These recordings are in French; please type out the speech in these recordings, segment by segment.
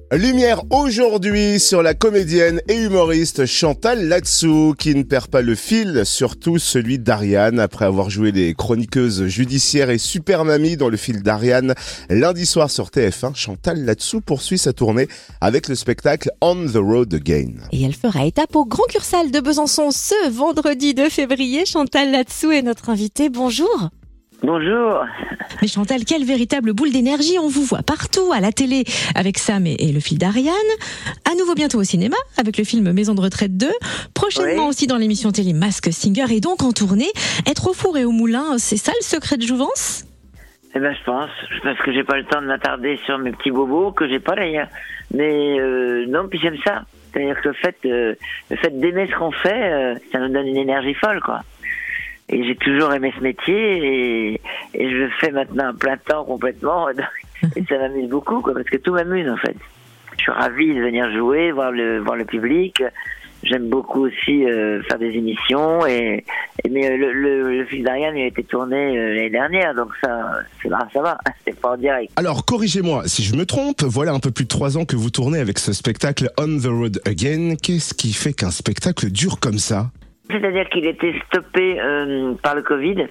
Lumière aujourd'hui sur la comédienne et humoriste Chantal Latsou qui ne perd pas le fil, surtout celui d'Ariane. Après avoir joué les chroniqueuses judiciaires et Super Mamie dans le fil d'Ariane, lundi soir sur TF1, Chantal Latsou poursuit sa tournée avec le spectacle On the Road Again. Et elle fera étape au Grand Cursal de Besançon ce vendredi 2 février. Chantal Latsou est notre invitée. Bonjour. Bonjour. Mais Chantal, quelle véritable boule d'énergie. On vous voit partout, à la télé avec Sam et le fil d'Ariane. À nouveau bientôt au cinéma avec le film Maison de retraite 2. Prochainement aussi dans l'émission télé Mask Singer et donc en tournée. Être au four et au moulin, c'est ça le secret de jouvence ? Eh ben, je pense, parce que j'ai pas le temps de m'attarder sur mes petits bobos, que j'ai pas d'ailleurs. Mais non, puis j'aime ça. C'est-à-dire que le fait d'aimer ce qu'on fait, ça nous donne une énergie folle, quoi. Et j'ai toujours aimé ce métier et je le fais maintenant à plein temps complètement et ça m'amuse beaucoup, quoi, parce que tout m'amuse en fait. Je suis ravi de venir jouer, voir le public. J'aime beaucoup aussi faire des émissions mais le fil d'Ariane il a été tourné l'année dernière, donc ça va, c'est pas en direct. Alors corrigez-moi si je me trompe, voilà un peu plus de 3 ans que vous tournez avec ce spectacle On the Road Again. Qu'est-ce qui fait qu'un spectacle dure comme ça ? C'est-à-dire qu'il était stoppé par le Covid.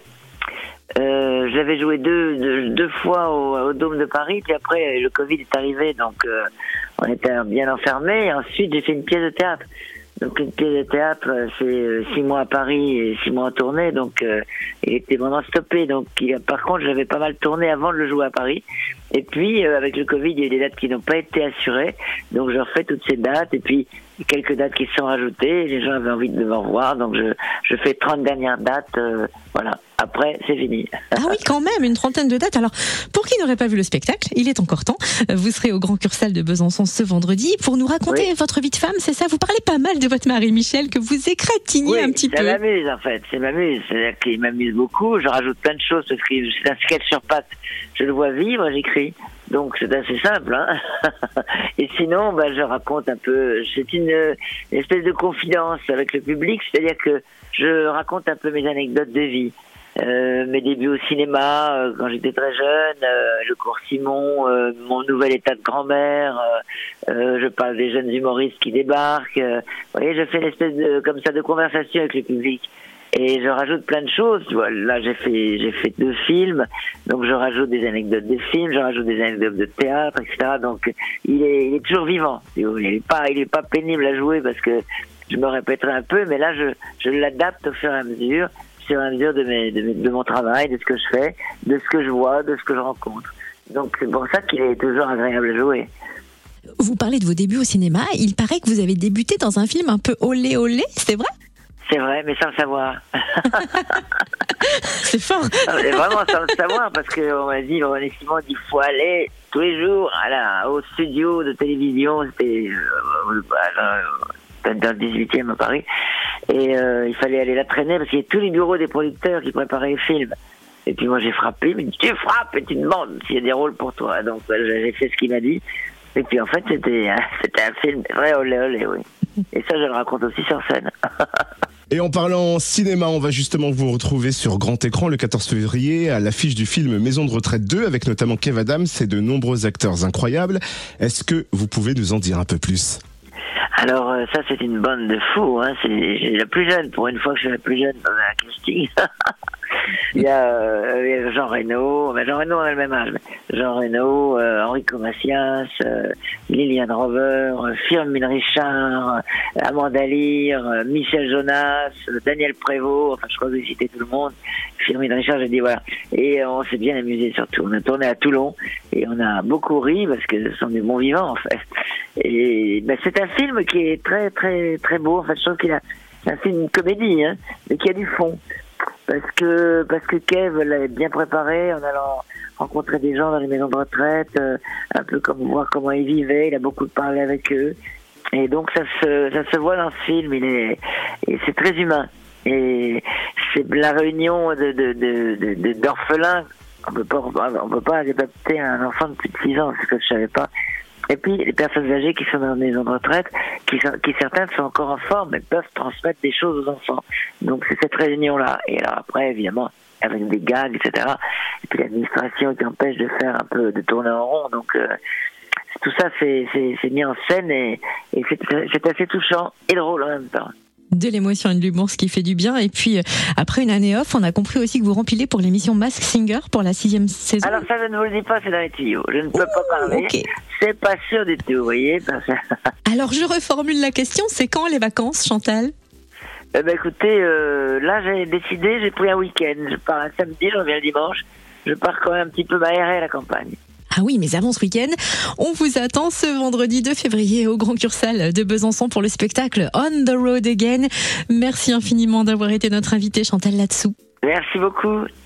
J'avais joué deux fois au Dôme de Paris, puis après le Covid est arrivé, donc on était bien enfermés. Et ensuite j'ai fait une pièce de théâtre. Donc une pièce de théâtre, c'est 6 mois à Paris et 6 mois en tournée, donc il était vraiment stoppé. Donc par contre j'avais pas mal tourné avant de le jouer à Paris. Et puis avec le Covid, il y a des dates qui n'ont pas été assurées, donc je refais toutes ces dates et puis quelques dates qui se sont rajoutées. Les gens avaient envie de me revoir, donc je fais 30 dernières dates. Voilà. Après, c'est fini. Ah oui, quand même, une trentaine de dates. Alors, pour qui n'aurait pas vu le spectacle, il est encore temps. Vous serez au Grand Cursal de Besançon ce vendredi pour nous raconter votre vie de femme, c'est ça ? Vous parlez pas mal de votre mari Michel, que vous égratignez un petit peu. Ça m'amuse en fait, c'est-à-dire qu'il m'amuse beaucoup. Je rajoute plein de choses parce que c'est un sketch sur pattes. Je le vois vivre, j'écris. Donc c'est assez simple, hein. Et sinon, je raconte un peu. C'est une espèce de confidence avec le public, c'est-à-dire que je raconte un peu mes anecdotes de vie, mes débuts au cinéma quand j'étais très jeune, le cours Simon, mon nouvel état de grand-mère. Je parle des jeunes humoristes qui débarquent. Vous voyez, je fais une espèce de conversation avec le public. Et je rajoute plein de choses. Là, j'ai fait 2 films, donc je rajoute des anecdotes de films, je rajoute des anecdotes de théâtre, etc. Donc, il est toujours vivant. Il est pas pénible à jouer parce que je me répéterai un peu, mais là, je l'adapte au fur et à mesure de mon travail, de ce que je fais, de ce que je vois, de ce que je rencontre. Donc, c'est pour ça qu'il est toujours agréable à jouer. Vous parlez de vos débuts au cinéma. Il paraît que vous avez débuté dans un film un peu olé olé, c'est vrai ? C'est vrai, mais sans le savoir. C'est fort. C'est vraiment sans le savoir, parce qu'on m'a dit, René Simon, il faut aller tous les jours au studio de télévision, c'était dans le 18e à Paris, et il fallait aller la traîner, parce qu'il y a tous les bureaux des producteurs qui préparaient les films. Et puis moi j'ai frappé, il m'a dit, tu frappes et tu demandes s'il y a des rôles pour toi. Donc j'ai fait ce qu'il m'a dit. Et puis en fait c'était un film vrai olé olé, oui. Et ça je le raconte aussi sur scène. Et en parlant cinéma, on va justement vous retrouver sur grand écran le 14 février à l'affiche du film Maison de retraite 2 avec notamment Kev Adams et de nombreux acteurs incroyables. Est-ce que vous pouvez nous en dire un peu plus ? Alors ça c'est une bande de fous, hein. C'est la plus jeune, pour une fois que je suis la plus jeune dans un casting. Il y a Jean Reno, Jean Reno a le même âge. Jean Reno, Enrico Macias, Liliane Rover, Firmin Richard, Amanda Lear, Michel Jonas, Daniel Prévost, enfin je crois que j'ai cité tout le monde. Firmin Richard, j'ai dit voilà. Et on s'est bien amusé surtout. On a tourné à Toulon et on a beaucoup ri parce que ce sont des bons vivants en fait. Et c'est un film qui est très très très beau. En fait, je trouve c'est un film, une comédie, hein, mais qui a du fond. Parce que Kev l'avait bien préparé en allant rencontrer des gens dans les maisons de retraite, un peu comme voir comment ils vivaient. Il a beaucoup parlé avec eux. Et donc ça se voit dans ce film. Et c'est très humain. Et c'est la réunion d'orphelins. On peut pas adopter un enfant de plus de 6 ans, c'est ce que je savais pas. Et puis les personnes âgées qui sont dans les maisons de retraite, qui certaines sont encore en forme, mais peuvent transmettre des choses aux enfants. Donc c'est cette réunion-là. Et alors après, évidemment, avec des gags, etc. Et puis l'administration qui empêche de faire un peu de tourner en rond. Donc tout ça c'est mis en scène et c'est assez touchant et drôle en même temps. De l'émotion et de l'humour, ce qui fait du bien. Et puis, après une année off, on a compris aussi que vous remplissez pour l'émission Masked Singer pour la 6e saison. Alors ça, je ne vous le dis pas, c'est dans les tuyaux. Je ne peux pas parler. Okay. C'est pas sûr du tout, vous voyez. Alors, je reformule la question. C'est quand les vacances, Chantal ? Écoutez, là, j'ai décidé, j'ai pris un week-end. Je pars un samedi, je reviens le dimanche. Je pars quand même un petit peu m'aérer à la campagne. Ah oui, mais avant ce week-end, on vous attend ce vendredi 2 février au Grand Cursal de Besançon pour le spectacle On the Road Again. Merci infiniment d'avoir été notre invitée, Chantal Latsou. Merci beaucoup.